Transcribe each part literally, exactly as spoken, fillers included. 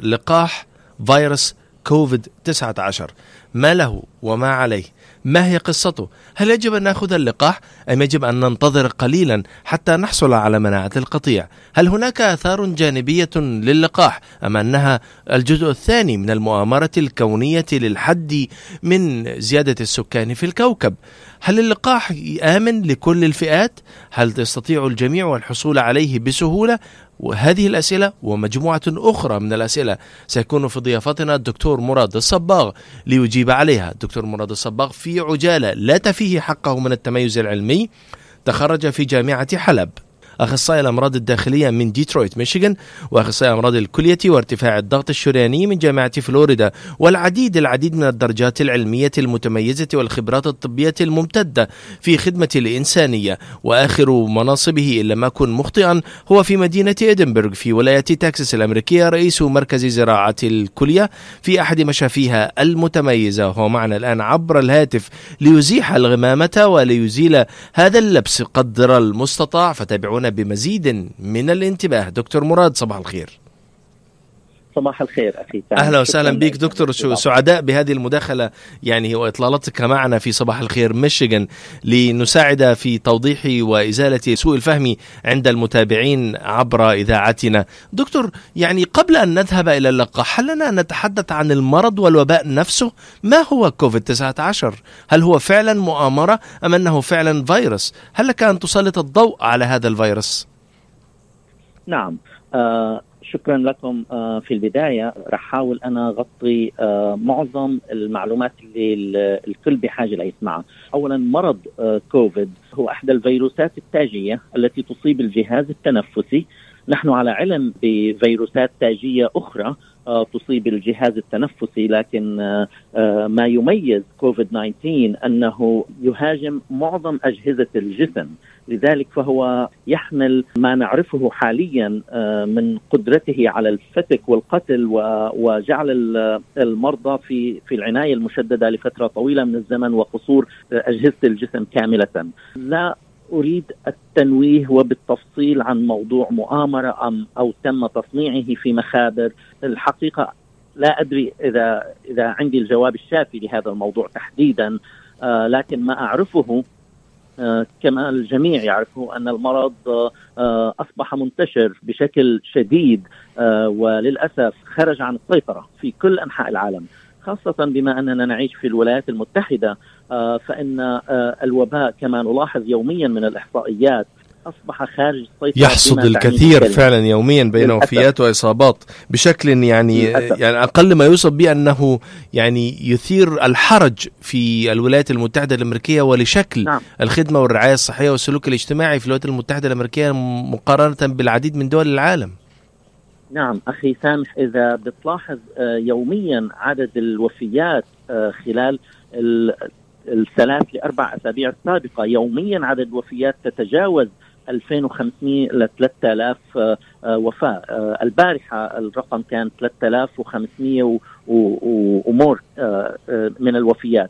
لقاح فيروس كوفيد تسعة عشر، ما له وما عليه؟ ما هي قصته؟ هل يجب أن نأخذ اللقاح أم يجب أن ننتظر قليلا حتى نحصل على مناعة القطيع؟ هل هناك آثار جانبية للقاح أم أنها الجزء الثاني من المؤامرة الكونية للحد من زيادة السكان في الكوكب؟ هل اللقاح آمن لكل الفئات؟ هل يستطيع الجميع الحصول عليه بسهولة؟ وهذه الأسئلة ومجموعة أخرى من الأسئلة سيكون في ضيافتنا الدكتور مراد الصباغ ليجيب عليها. الدكتور مراد الصباغ في عجالة لا تفيه حقه من التميز العلمي، تخرج في جامعة حلب، أخصائي الأمراض الداخلية من ديترويت ميشيغان، وأخصائي أمراض الكلية وارتفاع الضغط الشرياني من جامعة فلوريدا، والعديد العديد من الدرجات العلمية المتميزة والخبرات الطبية الممتدة في خدمة الإنسانية. وآخر مناصبه إن لم أكن مخطئا هو في مدينة إدنبرغ في ولاية تكساس الأمريكية رئيس مركز زراعة الكلية في أحد مشافيها المتميزة. هو معنا الآن عبر الهاتف ليزيح الغمامة وليزيل هذا اللبس قدر المستطاع، فتابعونا بمزيد من الانتباه. دكتور مراد، صباح الخير. صباح الخير أخي. أهلا وسهلا بك دكتور، سعداء بهذه المداخلة يعني وإطلالتك معنا في صباح الخير ميشيغان لنساعد في توضيح وإزالة سوء الفهم عند المتابعين عبر إذاعتنا. دكتور، يعني قبل أن نذهب إلى اللقاح، هل لنا أن نتحدث عن المرض والوباء نفسه؟ ما هو كوفيد تسعة عشر؟ هل هو فعلا مؤامرة أم أنه فعلا فيروس؟ هل لك أن تسلط الضوء على هذا الفيروس؟ نعم، آه شكرا لكم. آه في البداية رح أحاول أنا أغطي آه معظم المعلومات اللي الكل بحاجة ليسمعها. أولا، مرض آه كوفيد هو أحدى الفيروسات التاجية التي تصيب الجهاز التنفسي. نحن على علم بفيروسات تاجية أخرى آه تصيب الجهاز التنفسي، لكن آه آه ما يميز كوفيد تسعة عشر أنه يهاجم معظم أجهزة الجسم، لذلك فهو يحمل ما نعرفه حاليا آه من قدرته على الفتك والقتل وجعل المرضى في في العناية المشددة لفترة طويلة من الزمن وقصور أجهزة الجسم كاملة. لا أريد التنويه وبالتفصيل عن موضوع مؤامرة أم أو تم تصنيعه في مخابر. الحقيقة لا أدري إذا إذا عندي الجواب الشافي لهذا الموضوع تحديدا، آه لكن ما أعرفه آه كما الجميع يعرفه أن المرض آه أصبح منتشر بشكل شديد، آه وللأسف خرج عن السيطرة في كل أنحاء العالم، خاصة بما أننا نعيش في الولايات المتحدة. آه فإن آه الوباء كما نلاحظ يوميا من الإحصائيات أصبح خارج السيطرة، يحصد الكثير فعلا يوميا بين وفيات وإصابات بشكل يعني يعني أقل ما يوصف به أنه يعني يثير الحرج في الولايات المتحدة الأمريكية ولشكل نعم. الخدمة والرعاية الصحية والسلوك الاجتماعي في الولايات المتحدة الأمريكية مقارنة بالعديد من دول العالم. نعم أخي سامح، إذا بتلاحظ يوميا عدد الوفيات خلال الثلاث لأربع أسابيع السابقة، يوميا عدد الوفيات تتجاوز ألفين وخمسمائة ل ثلاثة آلاف وفاة. البارحة الرقم كان ثلاثة آلاف وخمسمائة ومور من الوفيات.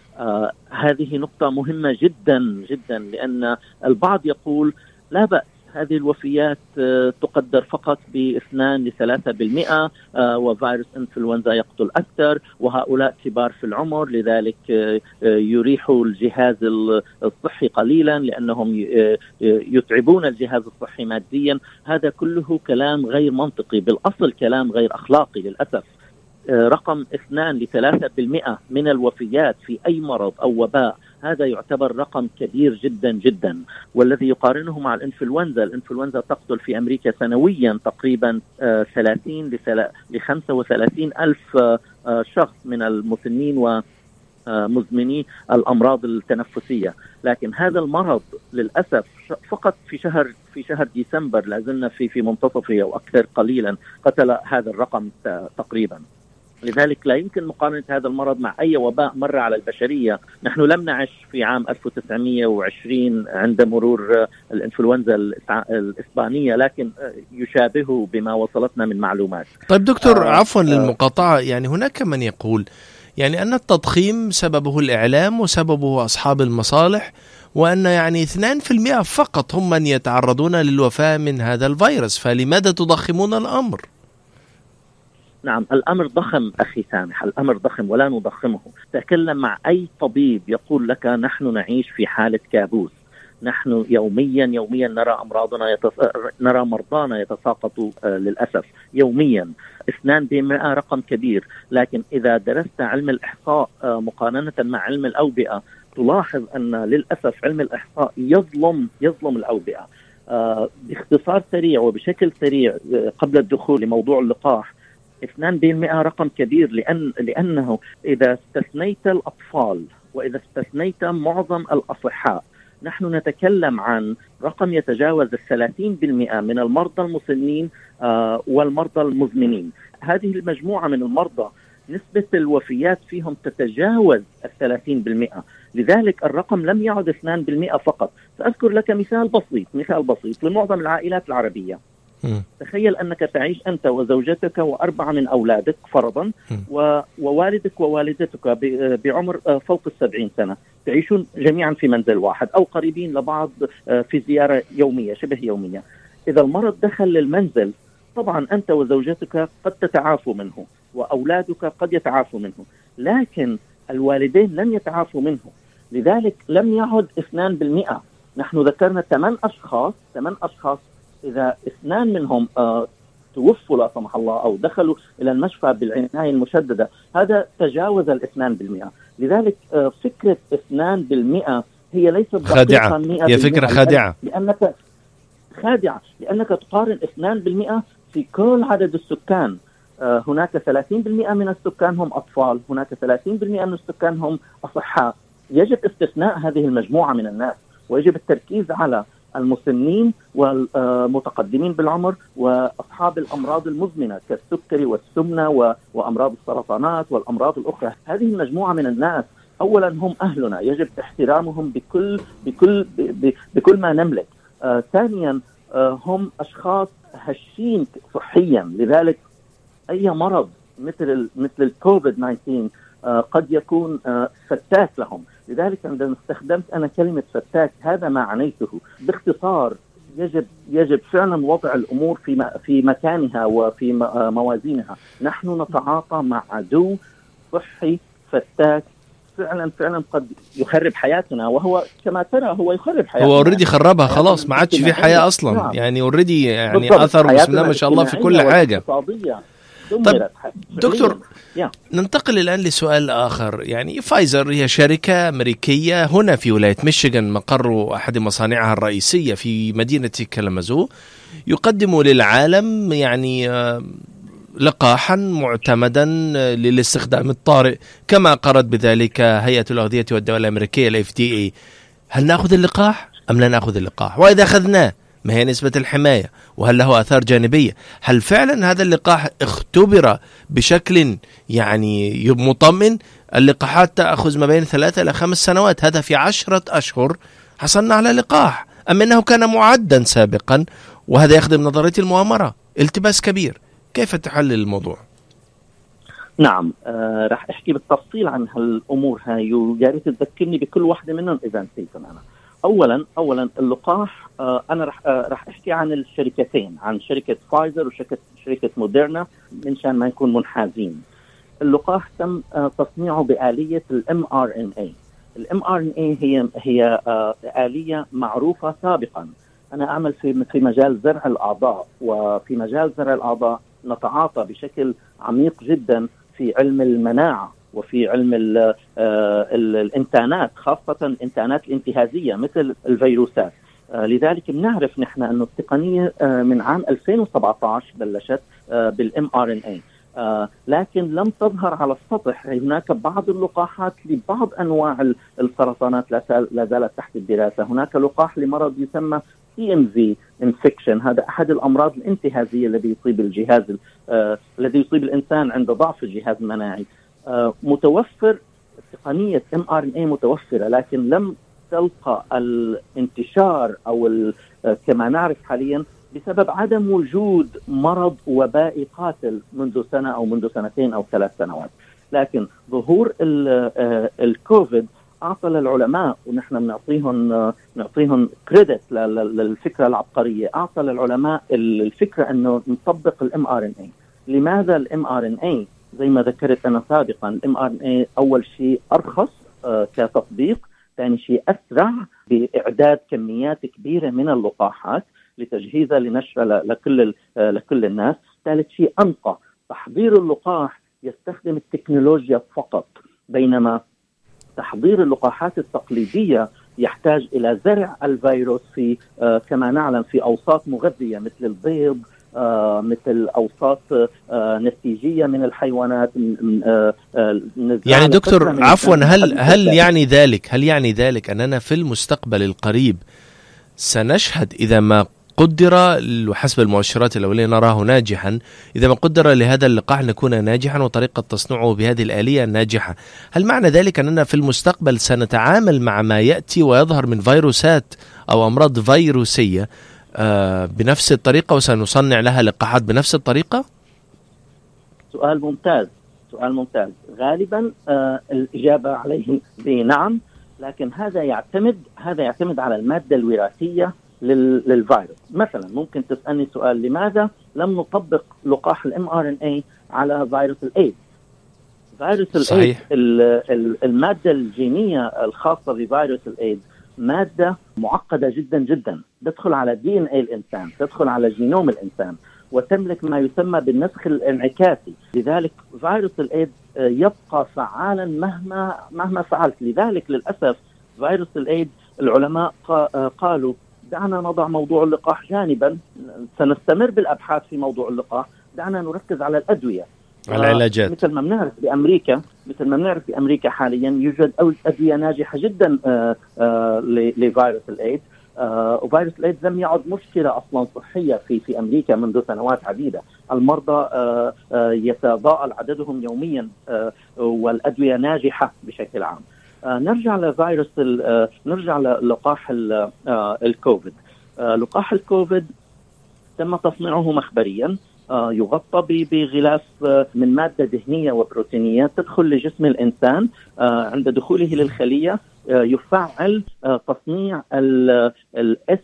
هذه نقطة مهمة جدا جدا، لأن البعض يقول لا بأس، هذه الوفيات تقدر فقط باثنان لثلاثة بالمئة، وفيروس انفلونزا يقتل أكثر، وهؤلاء كبار في العمر لذلك يريحوا الجهاز الصحي قليلا لأنهم يتعبون الجهاز الصحي ماديا. هذا كله كلام غير منطقي، بالأصل كلام غير أخلاقي للأسف. رقم اثنان لثلاثة بالمئة من الوفيات في أي مرض أو وباء، هذا يعتبر رقم كبير جدا جدا. والذي يقارنه مع الانفلونزا، الانفلونزا تقتل في أمريكا سنويا تقريبا ثلاثين لخمسة وثلاثين ألف شخص من المسنين ومزمني الأمراض التنفسية. لكن هذا المرض للأسف فقط في شهر في شهر ديسمبر، لازلنا في في منتصفه أو أكثر قليلا، قتل هذا الرقم تقريبا. لذلك لا يمكن مقارنة هذا المرض مع أي وباء مر على البشرية. نحن لم نعش في عام ألف وتسعمائة وعشرين عند مرور الإنفلونزا الإسبانية، لكن يشابهه بما وصلتنا من معلومات. طيب دكتور، آه عفوا للمقاطعة، يعني هناك من يقول يعني أن التضخيم سببه الإعلام وسببه أصحاب المصالح، وأن يعني اثنين بالمئة فقط هم من يتعرضون للوفاة من هذا الفيروس، فلماذا تضخمون الأمر؟ نعم، الأمر ضخم أخي سامح، الأمر ضخم ولا نضخمه. تكلم مع أي طبيب يقول لك نحن نعيش في حالة كابوس، نحن يوميا يوميا نرى أمراضنا يتص... نرى مرضانا يتساقطوا آه للأسف يوميا. اثنان بالمئة رقم كبير، لكن إذا درست علم الإحصاء آه مقارنة مع علم الأوبئة تلاحظ أن للأسف علم الإحصاء يظلم يظلم الأوبئة. آه باختصار سريع وبشكل سريع آه قبل الدخول لموضوع اللقاح، اثنان بالمئة رقم كبير لأن لأنه إذا استثنيت الأطفال وإذا استثنيت معظم الأصحاء نحن نتكلم عن رقم يتجاوز الثلاثين بالمئة من المرضى المسنين آه والمرضى المزمنين. هذه المجموعة من المرضى نسبة الوفيات فيهم تتجاوز الثلاثين بالمئة، لذلك الرقم لم يعد اثنان بالمئة فقط. سأذكر لك مثال بسيط مثال بسيط لمعظم العائلات العربية. م. تخيل أنك تعيش أنت وزوجتك وأربعة من أولادك فرضا و... ووالدك ووالدتك ب... بعمر فوق السبعين سنة، تعيشون جميعا في منزل واحد أو قريبين لبعض في زيارة يومية شبه يومية. إذا المرض دخل للمنزل طبعا أنت وزوجتك قد تتعافوا منه وأولادك قد يتعافوا منه، لكن الوالدين لن يتعافوا منه، لذلك لم يعد اثنان بالمئة. نحن ذكرنا ثمان أشخاص ثمان أشخاص إذا اثنان منهم آه توفوا لا سمح الله أو دخلوا إلى المشفى بالعناية المشددة، هذا تجاوز الاثنان بالمئة. لذلك آه فكرة اثنان بالمئة هي ليست خادعة، هي فكرة خادعة لأنك خادعة لأنك تقارن اثنان بالمئة في كل عدد السكان. آه هناك ثلاثين بالمئة من السكان هم أطفال، هناك ثلاثين بالمئة من السكان هم أصحاء. يجب استثناء هذه المجموعة من الناس، ويجب التركيز على المسنين والمتقدمين بالعمر وأصحاب الأمراض المزمنة كالسكري والسمنة وأمراض السرطانات والأمراض الأخرى. هذه المجموعة من الناس أولا هم أهلنا، يجب احترامهم بكل بكل بكل ما نملك. آه، ثانيا آه، هم أشخاص هشين صحيا، لذلك أي مرض مثل مثل الكوفيد تسعة عشر آه، قد يكون آه، فتاك لهم. لذلك عندما استخدمت أنا كلمة فتاك هذا ما عنيته. باختصار يجب يجب فعلا وضع الأمور في في مكانها وفي موازينها. نحن نتعاطى مع عدو صحي فتاك فعلا فعلا قد يخرب حياتنا، وهو كما ترى هو يخرب حياتنا. هو اوريدي خربها خلاص، ما عادش في حياة أصلا. نعم. يعني اوريدي يعني أثر بسم الله ما شاء الله في كل حاجة. طيب دكتور ننتقل الآن لسؤال آخر. يعني فايزر هي شركة أمريكية هنا في ولاية ميشيغان، مقر أحد مصانعها الرئيسية في مدينة كلامازو، يقدم للعالم يعني لقاحا معتمدا للاستخدام الطارئ كما قررت بذلك هيئة الأغذية والدواء الأمريكية ال إف دي إيه. هل نأخذ اللقاح أم لا نأخذ اللقاح؟ وإذا أخذناه ما هي نسبة الحماية؟ وهل له آثار جانبية؟ هل فعلا هذا اللقاح اختبر بشكل يعني مطمئن؟ اللقاحات تأخذ ما بين ثلاثة إلى خمس سنوات، هذا في عشرة أشهر حصلنا على لقاح، أم أنه كان معدا سابقا؟ وهذا يخدم نظرية المؤامرة. التباس كبير. كيف تحلل الموضوع؟ نعم آه، راح أحكي بالتفصيل عن هالأمور هاي، ويا ريت تذكرني بكل واحدة منهم إذا نسيت أنا. اولا اولا اللقاح آه انا راح آه راح احكي عن الشركتين، عن شركه فايزر وشركه شركه موديرنا منشان ما نكون منحازين. اللقاح تم آه تصنيعه بآليه الام ار ان اي. الام ار ان اي هي هي آه آليه معروفه سابقا. انا اعمل في في مجال زرع الاعضاء، وفي مجال زرع الاعضاء نتعاطى بشكل عميق جدا في علم المناعه وفي علم ال ال الانتانات، خاصة الانتانات الانتهازية مثل الفيروسات. آه لذلك بنعرف نحن أن التقنية آه من عام ألفين وسبعة عشر بلشت آه بالام ار ان اي، آه لكن لم تظهر على السطح. هناك بعض اللقاحات لبعض أنواع السرطانات لا زالت تحت الدراسة. هناك لقاح لمرض يسمى سي إم في infection، هذا أحد الأمراض الانتهازية الذي يصيب الجهاز آه الذي يصيب الإنسان عند ضعف الجهاز المناعي. آه متوفر تقنية إم آر إن إيه متوفرة، لكن لم تلقى الانتشار أو آه كما نعرف حاليا بسبب عدم وجود مرض وبائي قاتل منذ سنة أو منذ سنتين أو ثلاث سنوات. لكن ظهور آه الكوفيد أعطى للعلماء، ونحن بنعطيهم آه نعطيهم كريدت للفكرة العبقرية، أعطى للعلماء الفكرة أنه نطبق الإم آر إن إيه. لماذا الام ار ان اي؟ زي ما ذكرت انا سابقا، الام ار ان اي اول شيء ارخص آه كتطبيق، ثاني شيء اسرع باعداد كميات كبيره من اللقاحات لتجهيزها لنشرها لكل لكل الناس، ثالث شيء انقى. تحضير اللقاح يستخدم التكنولوجيا فقط، بينما تحضير اللقاحات التقليديه يحتاج الى زرع الفيروس في آه كما نعلم في اوساط مغذيه مثل البيض، آه مثل اوساط آه نسيجيه من الحيوانات. آه آه يعني دكتور عفوا، هل هل يعني ذلك هل يعني ذلك اننا في المستقبل القريب سنشهد اذا ما قدر وحسب المؤشرات الأولية نراه ناجحا، إذا ما قدر لهذا اللقاح نكون ناجحا وطريقة تصنيعه بهذه الآلية ناجحة، هل معنى ذلك أننا في المستقبل سنتعامل مع ما يأتي ويظهر من فيروسات أو أمراض فيروسية بنفس الطريقة وسنصنع لها لقاحات بنفس الطريقة؟ سؤال ممتاز، سؤال ممتاز. غالبا آه الإجابة عليه بنعم، لكن هذا يعتمد هذا يعتمد على المادة الوراثية للفيروس. مثلا ممكن تسألني سؤال: لماذا لم نطبق لقاح الام ار ان اي على فيروس الايدز؟ فيروس الايدز المادة الجينية الخاصة بفيروس الايدز مادة معقدة جدا جدا، تدخل على دي ان اي الانسان، تدخل على جينوم الانسان، وتملك ما يسمى بالنسخ الانعكاسي. لذلك فيروس الايدز يبقى فعالا مهما مهما فعلت. لذلك للاسف فيروس الايدز العلماء قالوا دعنا نضع موضوع اللقاح جانبا، سنستمر بالابحاث في موضوع اللقاح، دعنا نركز على الادويه، على العلاجات. مثل ما بنعرف بامريكا مثل ما بنعرف في امريكا حاليا يوجد ادويه ناجحه جدا لفيروس الايدز. وفيروس الايدز لم يعد مشكله اصلا صحيه في في امريكا منذ سنوات عديده. المرضى يتضاءل عددهم يوميا والادويه ناجحه بشكل عام. نرجع لفيروس نرجع للقاح الكوفيد. لقاح الكوفيد تم تصنيعه مخبريا، يغطى بغلاف من مادة دهنية وبروتينيات تدخل لجسم الإنسان. عند دخوله للخلية يفعل تصنيع الاس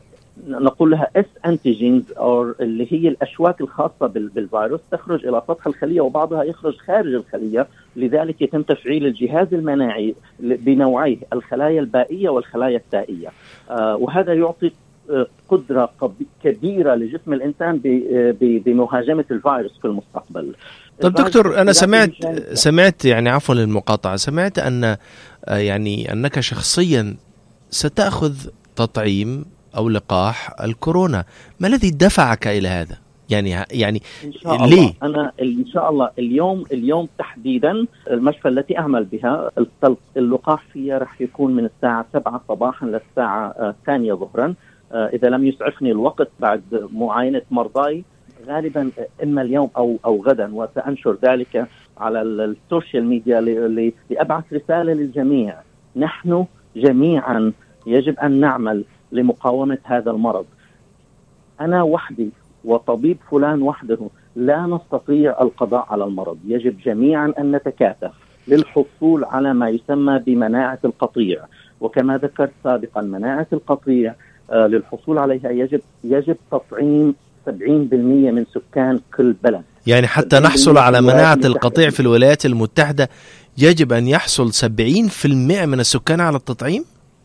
نقول لها اس انتيجينز، او اللي هي الاشواك الخاصه بالفيروس، تخرج الى سطح الخليه وبعضها يخرج خارج الخليه. لذلك يتم تفعيل الجهاز المناعي بنوعيه، الخلايا البائيه والخلايا التائيه، آه وهذا يعطي قدره كبيره لجسم الانسان بمهاجمه الفيروس في المستقبل. طب دكتور، انا سمعت سمعت يعني عفوا للمقاطعه، سمعت ان يعني انك شخصيا ستاخذ تطعيم أو لقاح الكورونا، ما الذي دفعك إلى هذا؟ يعني يعني إن شاء ليه؟ الله أنا إن شاء الله اليوم اليوم تحديدا المشفى التي أعمل بها اللقاح فيها رح يكون من الساعة سبعة صباحا للساعة الثانية ظهرا. إذا لم يسعفني الوقت بعد معاينة مرضاي غالبا إما اليوم أو أو غدا، وسأنشر ذلك على السوشيال ميديا لأبعث رسالة للجميع: نحن جميعا يجب أن نعمل لمقاومة هذا المرض. أنا وحدي وطبيب فلان وحده لا نستطيع القضاء على المرض، يجب جميعا أن نتكاتف للحصول على ما يسمى بمناعة القطيع. وكما ذكرت سابقا، مناعة القطيع آه للحصول عليها يجب يجب تطعيم سبعين بالمئة من سكان كل بلد. يعني حتى نحصل على مناعة القطيع في الولايات المتحدة يجب أن يحصل سبعين بالمئة من السكان على التطعيم؟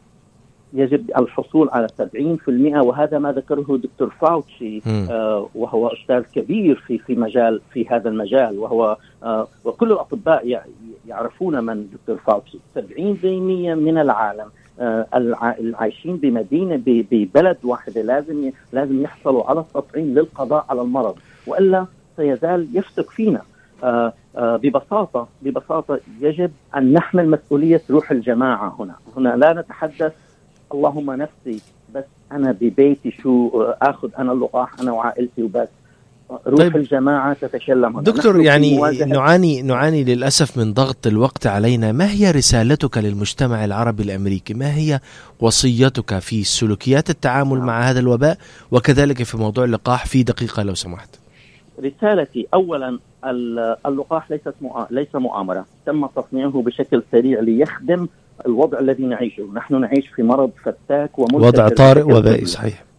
يجب الحصول على سبعين بالمئة، وهذا ما ذكره دكتور فاوتشي، آه وهو أستاذ كبير في في مجال في هذا المجال، وهو آه وكل الأطباء يعرفون من دكتور فاوتشي. سبعين بالمئة من العالم آه العايشين بمدينة ببلد واحدة لازم لازم يحصلوا على التطعيم للقضاء على المرض، وإلا سيزال يفتك فينا. آه آه ببساطة ببساطة يجب أن نحمل مسؤولية روح الجماعة. هنا هنا لا نتحدث اللهم نفسي بس، أنا ببيتي شو أخذ أنا اللقاح أنا وعائلتي وبس. روح طيب. الجماعة تتكلم هنا. دكتور، يعني نعاني نعاني للأسف من ضغط الوقت علينا. ما هي رسالتك للمجتمع العربي الأمريكي؟ ما هي وصيتك في سلوكيات التعامل مع هذا الوباء، وكذلك في موضوع اللقاح في دقيقة لو سمحت؟ رسالتي أولا، اللقاح ليست ليس مؤامرة، تم تصنيعه بشكل سريع ليخدم الوضع الذي نعيشه. نحن نعيش في مرض فتاك ومنتشر، وضع طارئ وبائي. صحيح.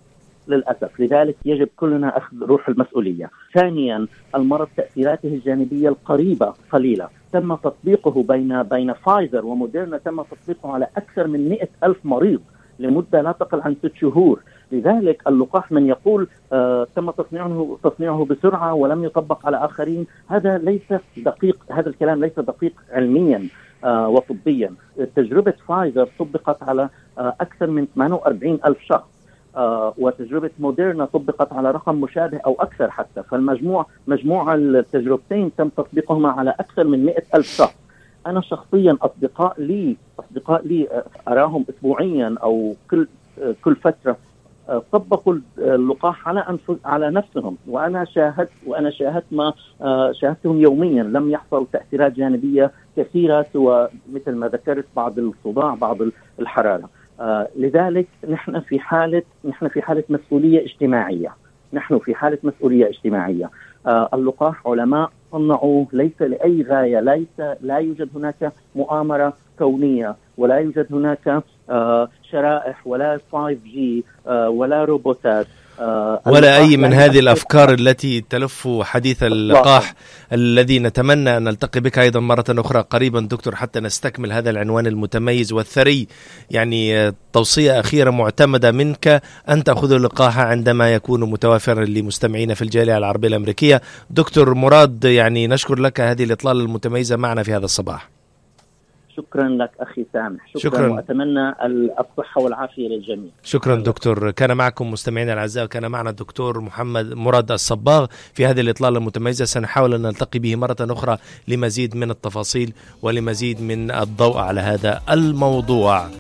للأسف. لذلك يجب كلنا أخذ روح المسؤولية. ثانيا، المرض تأثيراته الجانبية القريبة قليلة، تم تطبيقه بين بين فايزر وموديرنا، تم تطبيقه على أكثر من مئة ألف مريض لمدة لا تقل عن ست شهور. لذلك اللقاح من يقول آه تم تصنيعه تصنيعه بسرعة ولم يطبق على آخرين، هذا ليس دقيق، هذا الكلام ليس دقيق علميا آه وطبيا. تجربة فايزر طبقت على آه أكثر من ثمانية وأربعين ألف شخص، آه وتجربة موديرنا طبقت على رقم مشابه أو أكثر حتى. فالمجموع مجموع التجربتين تم تطبيقهما على أكثر من مئة ألف شخص. أنا شخصيا أصدقاء لي أصدقاء لي أراهم أسبوعيا أو كل كل فترة طبقوا اللقاح على أنفس على نفسهم، وأنا شاهدت وأنا شاهدت ما شاهدتهم يوميا، لم يحصل تأثيرات جانبية كثيرة سوى مثل ما ذكرت بعض الصداع بعض الحرارة. لذلك نحن في حالة نحن في حالة مسؤولية اجتماعية نحن في حالة مسؤولية اجتماعية. اللقاح علماء صنعوه ليس لأي غاية، ليس لا يوجد هناك مؤامرة كونية، ولا يوجد هناك آه شرائح ولا فايف جي آه ولا روبوتات آه ولا أي من هذه الأفكار التي تلف حديث اللقاح الذي نتمنى أن نلتقي بك أيضا مرة أخرى قريبا دكتور، حتى نستكمل هذا العنوان المتميز والثري. يعني توصية أخيرة معتمدة منك أن تأخذ اللقاح عندما يكون متوافرا لمستمعين في الجالية العربية الأمريكية. دكتور مراد، يعني نشكر لك هذه الإطلالة المتميزة معنا في هذا الصباح. شكرا لك أخي سامح. شكرا, شكرا. وأتمنى الصحة والعافية للجميع. شكرا دكتور. كان معكم مستمعينا الأعزاء، كان معنا الدكتور محمد مراد الصباغ في هذه الإطلالة المتميزة. سنحاول أن نلتقي به مرة أخرى لمزيد من التفاصيل ولمزيد من الضوء على هذا الموضوع.